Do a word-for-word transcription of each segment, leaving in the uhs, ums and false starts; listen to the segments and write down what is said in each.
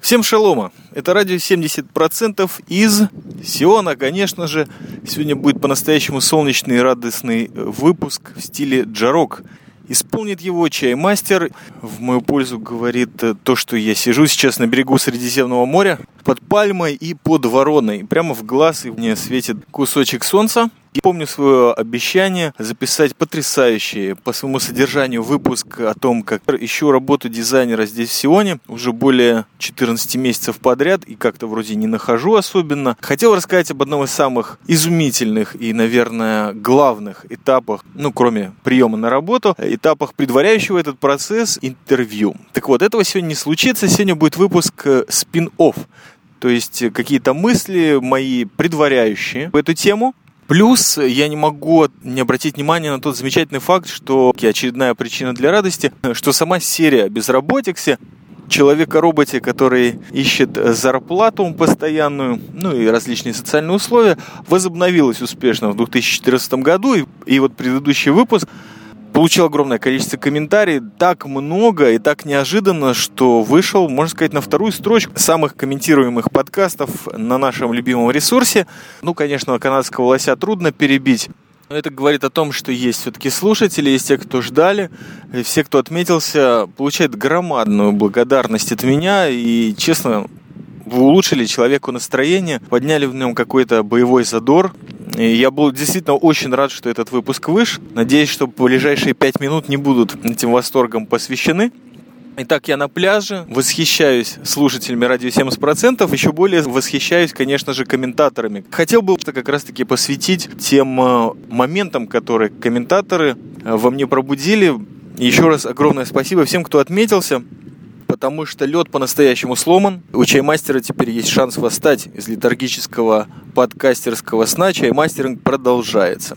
Всем шалома! Это радио семьдесят процентов из Сиона, конечно же. Сегодня будет по-настоящему солнечный и радостный выпуск в стиле джарок. Исполнит его чаймастер. В мою пользу говорит то, что я сижу сейчас на берегу Средиземного моря, под пальмой и под вороной. Прямо в глаз и мне светит кусочек солнца. И помню свое обещание записать потрясающий по своему содержанию выпуск о том, как ищу работу дизайнера здесь в Сионе уже более четырнадцать месяцев подряд и как-то вроде не нахожу особенно. Хотел рассказать об одном из самых изумительных и, наверное, главных этапах, ну, кроме приема на работу, этапах, предваряющего этот процесс, интервью. Так вот, этого сегодня не случится. Сегодня будет выпуск спин-офф, то есть какие-то мысли мои предваряющие в эту тему. Плюс я не могу не обратить внимание на тот замечательный факт, что очередная причина для радости, что сама серия о безработице, человека-роботе, который ищет зарплату постоянную, ну и различные социальные условия, возобновилась успешно в две тысячи четырнадцатом году. И, и вот предыдущий выпуск получил огромное количество комментариев, так много и так неожиданно, что вышел, можно сказать, на вторую строчку самых комментируемых подкастов на нашем любимом ресурсе. Ну, конечно, канадского лося трудно перебить. Но это говорит о том, что есть все-таки слушатели, есть те, кто ждали, и все, кто отметился, получают громадную благодарность от меня. И, честно, вы улучшили человеку настроение, подняли в нем какой-то боевой задор. И я был действительно очень рад, что этот выпуск вышел. Надеюсь, что ближайшие пять минут не будут этим восторгом посвящены. Итак, я на пляже, восхищаюсь слушателями радио семьдесят процентов, еще более восхищаюсь, конечно же, комментаторами. Хотел бы как раз-таки посвятить тем моментам, которые комментаторы во мне пробудили. Еще раз огромное спасибо всем, кто отметился, потому что лед по-настоящему сломан. У чаймастера теперь есть шанс восстать из летаргического подкастерского сна. Чаймастеринг продолжается.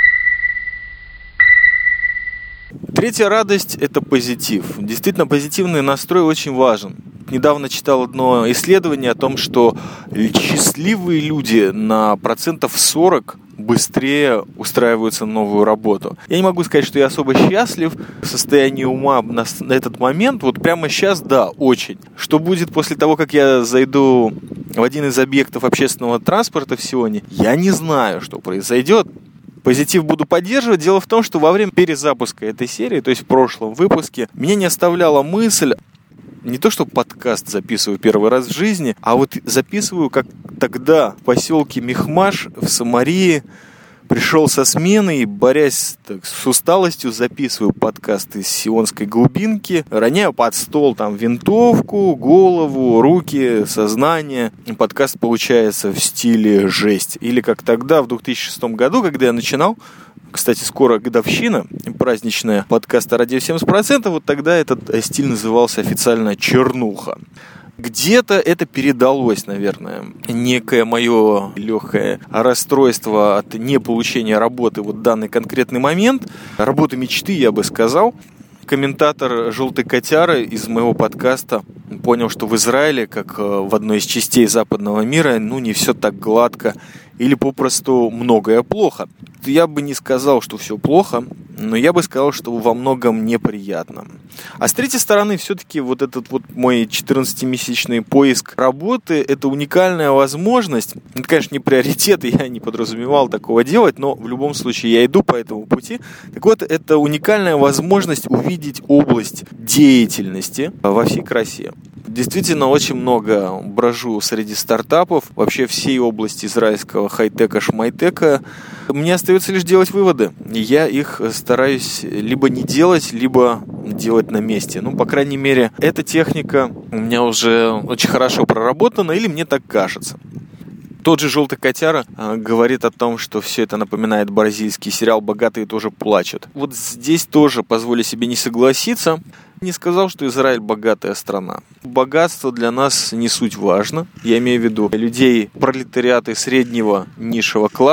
Третья радость – это позитив. Действительно, позитивный настрой очень важен. Недавно читал одно исследование о том, что счастливые люди на процентов сорок быстрее устраиваются на новую работу. Я не могу сказать, что я особо счастлив в состоянии ума на, на этот момент. Вот прямо сейчас, да, очень. Что будет после того, как я зайду в один из объектов общественного транспорта в Сионе, я не знаю, что произойдет. Позитив буду поддерживать. Дело в том, что во время перезапуска этой серии, то есть в прошлом выпуске, меня не оставляла мысль, не то, что подкаст записываю первый раз в жизни, а вот записываю, как тогда в поселке Михмаш в Самарии пришел со смены и, борясь так, с усталостью, записываю подкаст из сионской глубинки, роняю под стол там винтовку, голову, руки, сознание. И подкаст получается в стиле жесть. Или как тогда, в две тысячи шестом году, когда я начинал, кстати, скоро годовщина праздничная подкаста «Радио семьдесят процентов», вот тогда этот стиль назывался официально «Чернуха». Где-то это передалось, наверное, некое мое легкое расстройство от неполучения работы в вот данный конкретный момент. Работа мечты, я бы сказал. Комментатор «Желтой котяры» из моего подкаста понял, что в Израиле, как в одной из частей западного мира, ну не все так гладко или попросту многое плохо. Я бы не сказал, что все плохо, но я бы сказал, что во многом неприятно. А с третьей стороны, все-таки вот этот вот мой четырнадцатимесячный поиск работы – это уникальная возможность. Это, конечно, не приоритет, я не подразумевал такого делать, но в любом случае я иду по этому пути. Так вот, это уникальная возможность увидеть область деятельности во всей красе. Действительно, очень много брожу среди стартапов, вообще всей области израильского хай-тека, шмай-тека. Мне остается лишь делать выводы. Я их стараюсь либо не делать, либо делать на месте. Ну, по крайней мере, эта техника у меня уже очень хорошо проработана, или мне так кажется. Тот же «Желтый котяра» говорит о том, что все это напоминает бразильский сериал «Богатые тоже плачут». Вот здесь тоже позволю себе не согласиться. Не сказал, что Израиль богатая страна. Богатство для нас не суть важно. Я имею в виду людей пролетариата среднего низшего класса,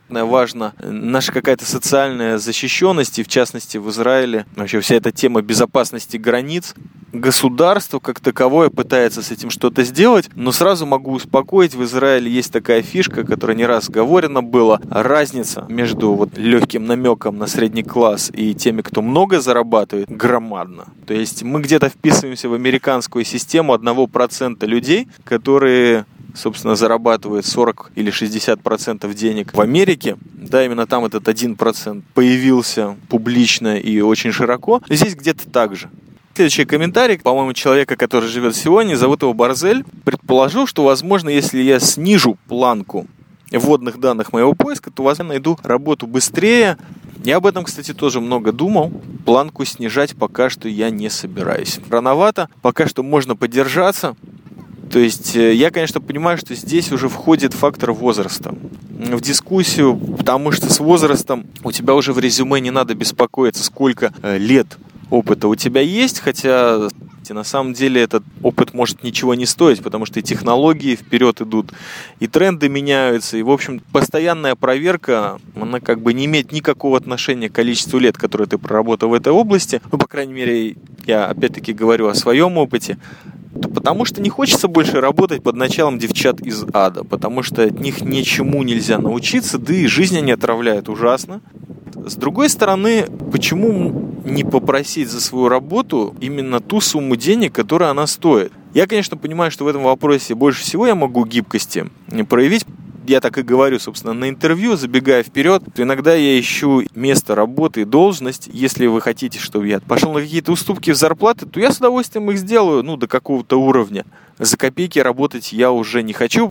Важна наша какая-то социальная защищенность, и в частности в Израиле вообще вся эта тема безопасности границ. Государство как таковое пытается с этим что-то сделать, но сразу могу успокоить, в Израиле есть такая фишка, которая не раз говорена была, разница между вот легким намеком на средний класс и теми, кто много зарабатывает, громадна. То есть мы где-то вписываемся в американскую систему одного процента людей, которые, собственно, зарабатывают сорок или шестьдесят процентов денег в Америке. Да, именно там этот один процент появился публично и очень широко. Здесь где-то так же. Следующий комментарий, по-моему, человека, который живет сегодня, зовут его Барзель, предположил, что, возможно, если я снижу планку вводных данных моего поиска, то, возможно, найду работу быстрее. Я об этом, кстати, тоже много думал. Планку снижать пока что я не собираюсь. Рановато, пока что можно подержаться. То есть я, конечно, понимаю, что здесь уже входит фактор возраста в дискуссию, потому что с возрастом у тебя уже в резюме не надо беспокоиться, сколько лет опыта у тебя есть, хотя на самом деле этот опыт может ничего не стоить, потому что и технологии вперед идут, и тренды меняются, и, в общем, постоянная проверка, она как бы не имеет никакого отношения к количеству лет, которые ты проработал в этой области. Ну, по крайней мере, я опять-таки говорю о своем опыте. Потому что не хочется больше работать под началом девчат из ада, потому что от них ничему нельзя научиться, да и жизнь они отравляют ужасно. С другой стороны, почему не попросить за свою работу именно ту сумму денег, которую она стоит? Я, конечно, понимаю, что в этом вопросе больше всего я могу гибкости проявить. Я так и говорю, собственно, на интервью, забегая вперед, то иногда я ищу место работы и должность. Если вы хотите, чтобы я пошел на какие-то уступки в зарплаты, то я с удовольствием их сделаю, ну, до какого-то уровня. За копейки работать я уже не хочу.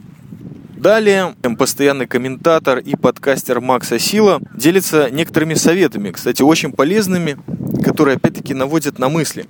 Далее постоянный комментатор и подкастер Макс Асила делится некоторыми советами, кстати, очень полезными, которые опять-таки наводят на мысли.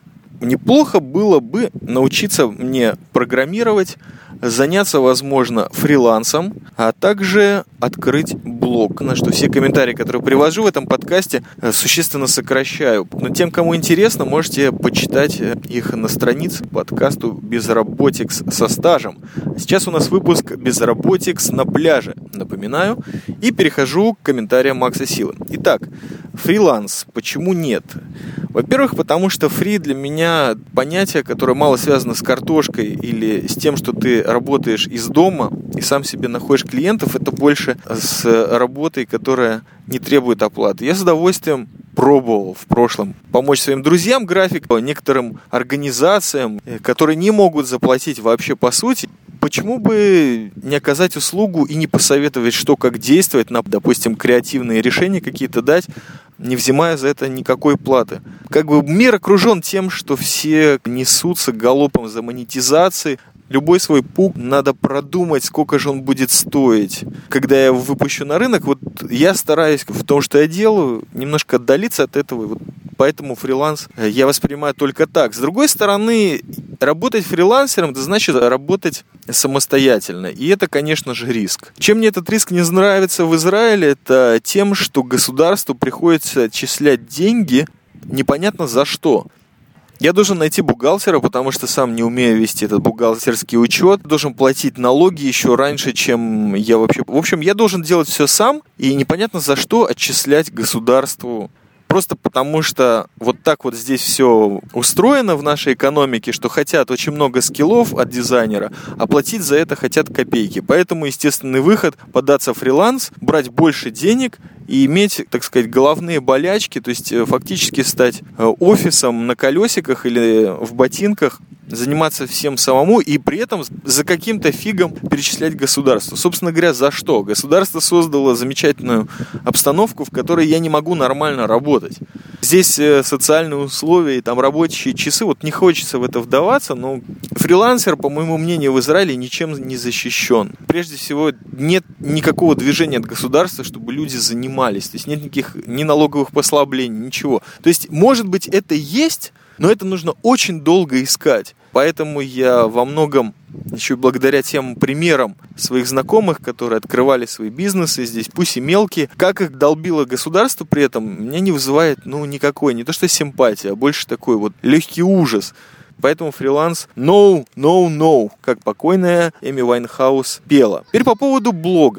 Неплохо было бы научиться мне программировать, заняться, возможно, фрилансом, а также открыть блог. На что все комментарии, которые привожу в этом подкасте, существенно сокращаю. Но тем, кому интересно, можете почитать их на странице подкасту «Безработикс со стажем». Сейчас у нас выпуск «Безработикс на пляже», напоминаю, и перехожу к комментариям Макса Силы. Итак, фриланс. Почему нет? Во-первых, потому что фри для меня понятие, которое мало связано с картошкой или с тем, что ты работаешь из дома и сам себе находишь клиентов, это больше с работой, которая не требует оплаты. Я с удовольствием пробовал в прошлом помочь своим друзьям график, некоторым организациям, которые не могут заплатить вообще по сути. Почему бы не оказать услугу и не посоветовать, что как действовать, на, допустим, креативные решения какие-то дать, не взимая за это никакой платы. Как бы мир окружен тем, что все несутся галопом за монетизацией. Любой свой пук надо продумать, сколько же он будет стоить. Когда я его выпущу на рынок, вот я стараюсь в том, что я делаю, немножко отдалиться от этого. Вот поэтому фриланс я воспринимаю только так. С другой стороны, работать фрилансером, это значит работать самостоятельно. И это, конечно же, риск. Чем мне этот риск не нравится в Израиле, это тем, что государству приходится отчислять деньги непонятно за что. Я должен найти бухгалтера, потому что сам не умею вести этот бухгалтерский учет. Должен платить налоги еще раньше, чем я вообще... В общем, я должен делать все сам, и непонятно за что отчислять государству. Просто потому что вот так вот здесь все устроено в нашей экономике, что хотят очень много скиллов от дизайнера, а платить за это хотят копейки. Поэтому естественный выход – податься в фриланс, брать больше денег и иметь, так сказать, головные болячки, то есть фактически стать офисом на колесиках или в ботинках, заниматься всем самому и при этом за каким-то фигом перечислять государству. Собственно говоря, за что? Государство создало замечательную обстановку, в которой я не могу нормально работать. Здесь социальные условия и там рабочие часы, вот не хочется в это вдаваться, но фрилансер, по моему мнению, в Израиле ничем не защищен. Прежде всего, нет никакого движения от государства, чтобы люди занимались. То есть нет никаких ни налоговых послаблений, ничего. То есть, может быть, это есть, но это нужно очень долго искать. Поэтому я во многом, еще благодаря тем примерам своих знакомых, которые открывали свои бизнесы здесь, пусть и мелкие, как их долбило государство при этом, меня не вызывает ну, никакой, не то что симпатия, а больше такой вот легкий ужас. Поэтому фриланс no, no, no, как покойная Эми Вайнхаус пела. Теперь по поводу блога.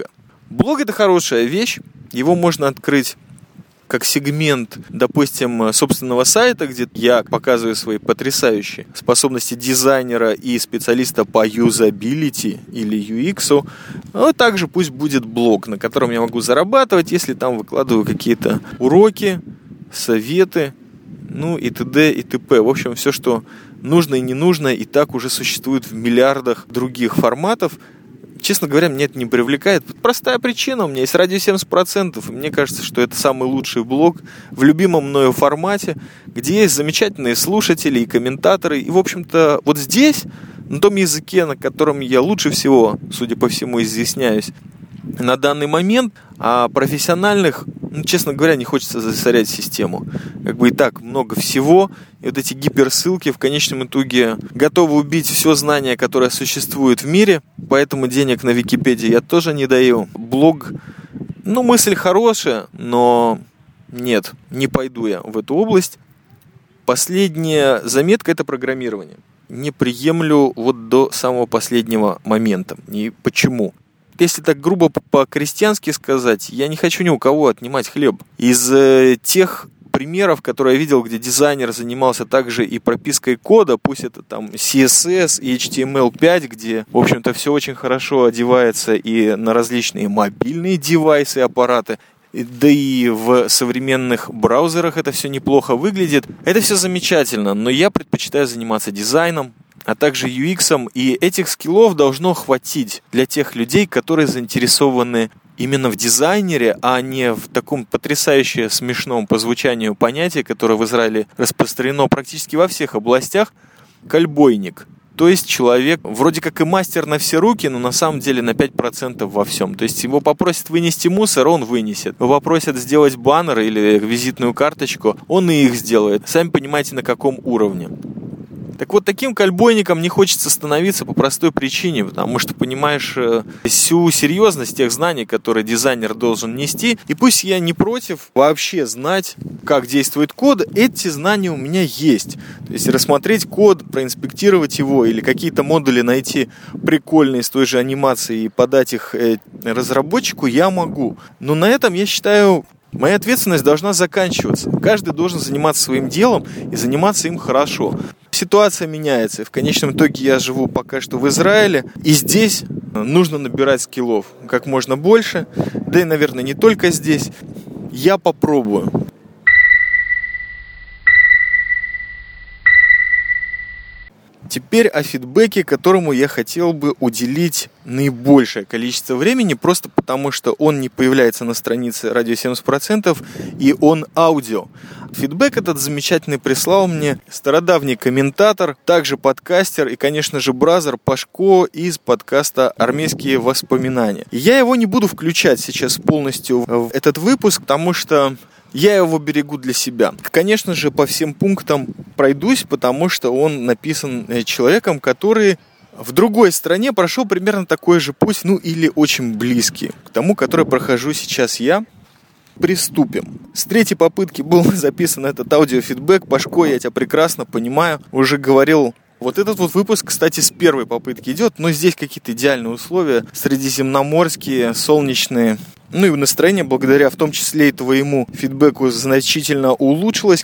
Блог – это хорошая вещь, его можно открыть как сегмент, допустим, собственного сайта, где я показываю свои потрясающие способности дизайнера и специалиста по юзабилити или ю экс. А также пусть будет блог, на котором я могу зарабатывать, если там выкладываю какие-то уроки, советы, ну и т.д. и т.п. В общем, все, что нужно и не нужно, и так уже существует в миллиардах других форматов. Честно говоря, меня это не привлекает. Простая причина, у меня есть радио семьдесят процентов, и мне кажется, что это самый лучший блог в любимом мною формате, где есть замечательные слушатели и комментаторы. И, в общем-то, вот здесь, на том языке, на котором я лучше всего, судя по всему, изъясняюсь на данный момент, а профессиональных, ну, честно говоря, не хочется засорять систему. Как бы и так много всего, и вот эти гиперссылки в конечном итоге готовы убить все знание, которое существует в мире, поэтому денег на Википедии я тоже не даю. Блог, ну, мысль хорошая, но нет, не пойду я в эту область. Последняя заметка – это программирование. Не приемлю вот до самого последнего момента. И почему? Если так грубо по-крестьянски сказать, я не хочу ни у кого отнимать хлеб. Из э, тех примеров, которые я видел, где дизайнер занимался также и пропиской кода, пусть это там си эс эс и эйч ти эм эл пять, где, в общем-то, все очень хорошо одевается и на различные мобильные девайсы, аппараты, да и в современных браузерах это все неплохо выглядит. Это все замечательно, но я предпочитаю заниматься дизайном, а также ю экс, и этих скиллов должно хватить для тех людей, которые заинтересованы именно в дизайнере, а не в таком потрясающе смешном по звучанию понятии, которое в Израиле распространено практически во всех областях, кальбойник. То есть человек вроде как и мастер на все руки, но на самом деле на пять процентов во всем. То есть его попросят вынести мусор, он вынесет. Его попросят сделать баннер или визитную карточку, он и их сделает. Сами понимаете, на каком уровне. Так вот, таким кальбойником не хочется становиться по простой причине, потому что понимаешь всю серьезность тех знаний, которые дизайнер должен нести. И пусть я не против вообще знать, как действует код, эти знания у меня есть. То есть рассмотреть код, проинспектировать его или какие-то модули найти прикольные с той же анимацией и подать их разработчику я могу. Но на этом, я считаю, моя ответственность должна заканчиваться. Каждый должен заниматься своим делом и заниматься им хорошо. Ситуация меняется. В конечном итоге я живу пока что в Израиле. И здесь нужно набирать скиллов как можно больше. Да и, наверное, не только здесь. Я попробую. Теперь о фидбэке, которому я хотел бы уделить наибольшее количество времени, просто потому что он не появляется на странице радио семьдесят процентов и он аудио. Фидбэк этот замечательный прислал мне стародавний комментатор, также подкастер и, конечно же, бразер Пашко из подкаста «Армейские воспоминания». Я его не буду включать сейчас полностью в этот выпуск, потому что я его берегу для себя. Конечно же, по всем пунктам пройдусь, потому что он написан человеком, который в другой стране прошел примерно такой же путь, ну или очень близкий к тому, который прохожу сейчас я. Приступим. С третьей попытки был записан этот аудиофидбэк. Пашко, я тебя прекрасно понимаю. Уже говорил. Вот этот вот выпуск, кстати, с первой попытки идет, но здесь какие-то идеальные условия, средиземноморские, солнечные. Ну и настроение, благодаря в том числе и твоему фидбэку, значительно улучшилось.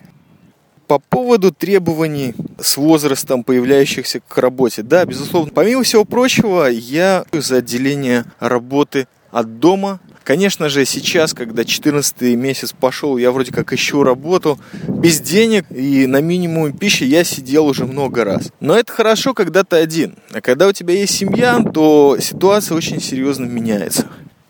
По поводу требований с возрастом, появляющихся к работе. Да, безусловно. Помимо всего прочего, я за отделение работы от дома. Конечно же, сейчас, когда четырнадцатый месяц пошел, я вроде как ищу работу без денег и на минимуме пищи я сидел уже много раз. Но это хорошо, когда ты один. А когда у тебя есть семья, то ситуация очень серьезно меняется.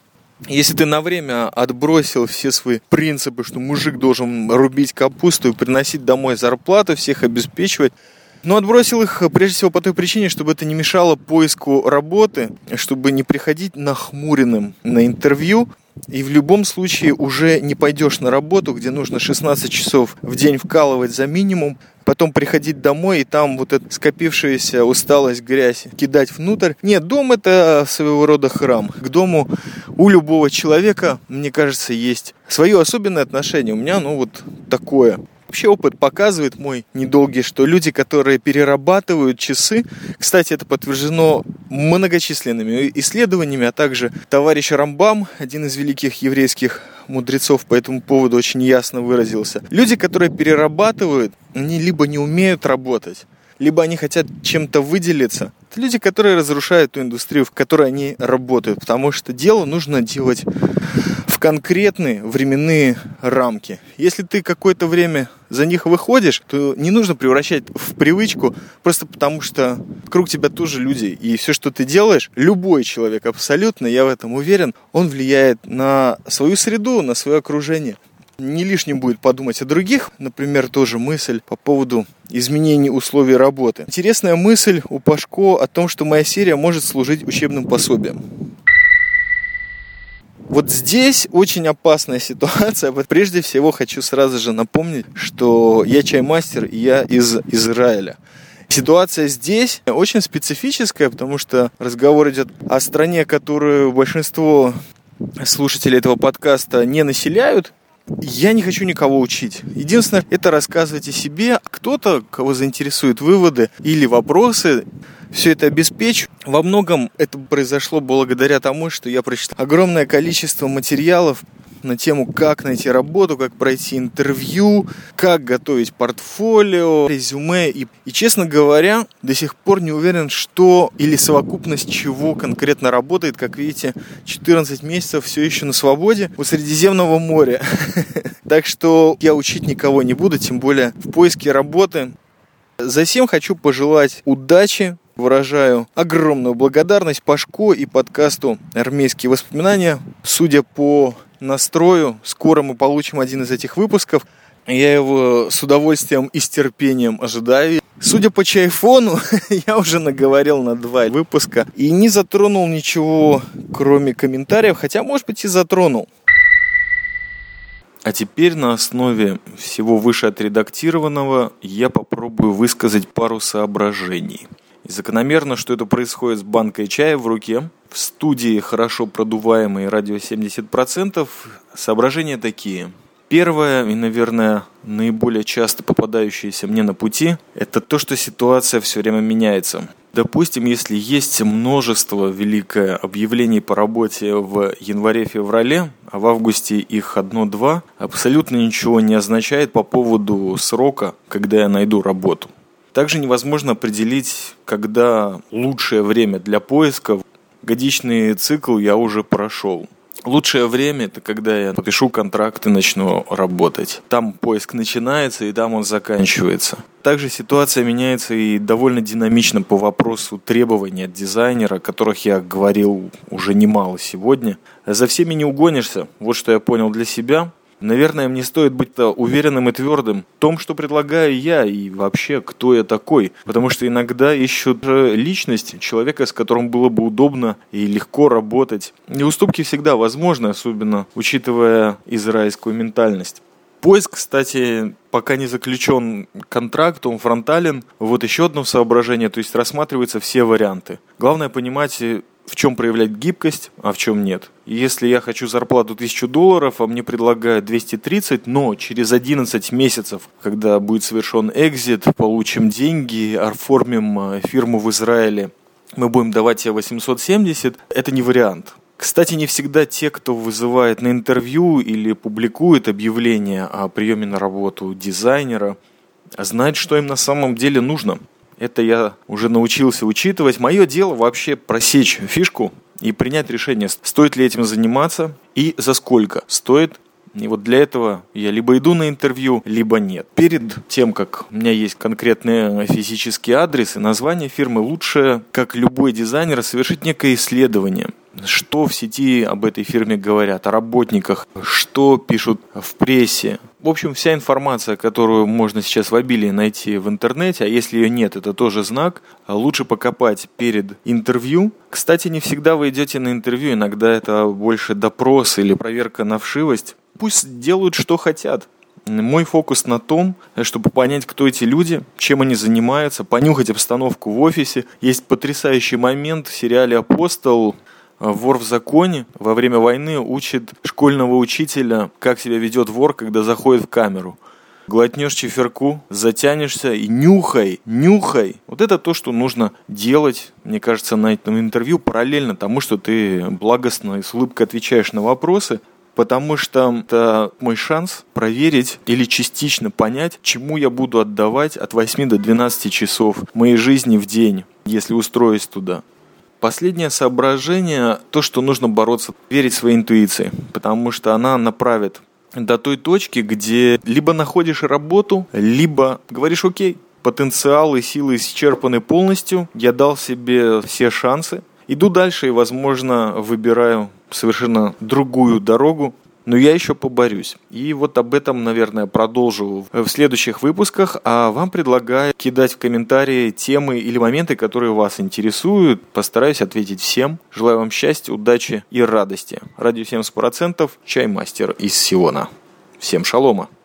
Если ты на время отбросил все свои принципы, что мужик должен рубить капусту и приносить домой зарплату, всех обеспечивать, но отбросил их прежде всего по той причине, чтобы это не мешало поиску работы, чтобы не приходить нахмуренным на интервью. И в любом случае уже не пойдешь на работу, где нужно шестнадцать часов в день вкалывать за минимум, потом приходить домой и там вот эту скопившуюся усталость, грязь кидать внутрь. Нет, дом это своего рода храм. К дому у любого человека, мне кажется, есть свое особенное отношение. У меня оно вот такое. Вообще опыт показывает мой недолгий, что люди, которые перерабатывают часы, кстати, это подтверждено многочисленными исследованиями, а также товарищ Рамбам, один из великих еврейских мудрецов, по этому поводу очень ясно выразился. Люди, которые перерабатывают, они либо не умеют работать, либо они хотят чем-то выделиться. Это люди, которые разрушают ту индустрию, в которой они работают, потому что дело нужно делать в конкретные временные рамки. Если ты какое-то время за них выходишь, то не нужно превращать в привычку, просто потому что вокруг тебя тоже люди. И все, что ты делаешь, любой человек абсолютно, я в этом уверен, он влияет на свою среду, на свое окружение. Не лишним будет подумать о других. Например, тоже мысль по поводу изменений условий работы. Интересная мысль у Пашко о том, что моя серия может служить учебным пособием. Вот здесь очень опасная ситуация. Прежде всего хочу сразу же напомнить, что я чаймастер и я из Израиля. Ситуация здесь очень специфическая, потому что разговор идет о стране, которую большинство слушателей этого подкаста не населяют. Я не хочу никого учить. Единственное, это рассказывайте себе. Кто-то, кого заинтересуют выводы или вопросы, все это обеспечу. Во многом это произошло благодаря тому, что я прочитал огромное количество материалов на тему, как найти работу, как пройти интервью, как готовить портфолио, резюме. И, и, честно говоря, до сих пор не уверен, что или совокупность чего конкретно работает. Как видите, четырнадцать месяцев все еще на свободе у Средиземного моря. Так что я учить никого не буду, тем более в поиске работы. Затем хочу пожелать удачи. Выражаю огромную благодарность Пашко и подкасту «Армейские воспоминания». Судя по настрою, скоро мы получим один из этих выпусков. Я его с удовольствием и с терпением ожидаю. Судя по чайфону, я уже наговорил на два выпуска и не затронул ничего, кроме комментариев, хотя, может быть, и затронул. А теперь на основе всего выше отредактированного я попробую высказать пару соображений. И закономерно, что это происходит с банкой чая в руке, в студии хорошо продуваемой радио семьдесят процентов, соображения такие. Первое и, наверное, наиболее часто попадающееся мне на пути, это то, что ситуация все время меняется. Допустим, если есть множество великое объявлений по работе в январе-феврале, а в августе их одно-два, абсолютно ничего не означает по поводу срока, когда я найду работу. Также невозможно определить, когда лучшее время для поиска. Годичный цикл я уже прошел. Лучшее время – это когда я подпишу контракт и начну работать. Там поиск начинается, и там он заканчивается. Также ситуация меняется и довольно динамично по вопросу требований от дизайнера, о которых я говорил уже немало сегодня. За всеми не угонишься, вот что я понял для себя. Наверное, мне стоит быть уверенным и твердым в том, что предлагаю я и вообще, кто я такой. Потому что иногда ищут личность человека, с которым было бы удобно и легко работать. И уступки всегда возможны, особенно учитывая израильскую ментальность. Поиск, кстати, пока не заключен контракт, он фронтален. Вот еще одно соображение, то есть рассматриваются все варианты. Главное понимать, в чем проявлять гибкость, а в чем нет. Если я хочу зарплату тысячу долларов, а мне предлагают двести тридцать, но через одиннадцать месяцев, когда будет совершен экзит, получим деньги, оформим фирму в Израиле, мы будем давать тебе восемьсот семьдесят, это не вариант. Кстати, не всегда те, кто вызывает на интервью или публикует объявление о приеме на работу дизайнера, знают, что им на самом деле нужно. Это я уже научился учитывать. Мое дело вообще просечь фишку и принять решение, стоит ли этим заниматься и за сколько стоит. И вот для этого я либо иду на интервью, либо нет. Перед тем, как у меня есть конкретный физический адрес и название фирмы, лучше, как любой дизайнер, совершить некое исследование. Что в сети об этой фирме говорят, о работниках, что пишут в прессе. В общем, вся информация, которую можно сейчас в обилии найти в интернете, а если ее нет, это тоже знак, лучше покопать перед интервью. Кстати, не всегда вы идете на интервью, иногда это больше допрос или проверка на вшивость. Пусть делают, что хотят. Мой фокус на том, чтобы понять, кто эти люди, чем они занимаются, понюхать обстановку в офисе. Есть потрясающий момент в сериале «Апостол». Вор в законе во время войны учит школьного учителя, как себя ведет вор, когда заходит в камеру. глотнешь чеферку, затянешься и нюхай, нюхай. Вот это то, что нужно делать, мне кажется, на этом интервью параллельно тому, что ты благостно и с улыбкой отвечаешь на вопросы, потому что это мой шанс проверить или частично понять, чему я буду отдавать от восьми до двенадцати часов моей жизни в день, если устроюсь туда. Последнее соображение, то, что нужно бороться, верить своей интуиции, потому что она направит до той точки, где либо находишь работу, либо говоришь: окей, потенциал и силы исчерпаны полностью, я дал себе все шансы, иду дальше и, возможно, выбираю совершенно другую дорогу, но я еще поборюсь. И вот об этом, наверное, продолжу в следующих выпусках, а вам предлагаю кидать в комментарии темы или моменты, которые вас интересуют. Постараюсь ответить всем. Желаю вам счастья, удачи и радости. Радио семьдесят процентов, чаймастер из Сиона. Всем шалома.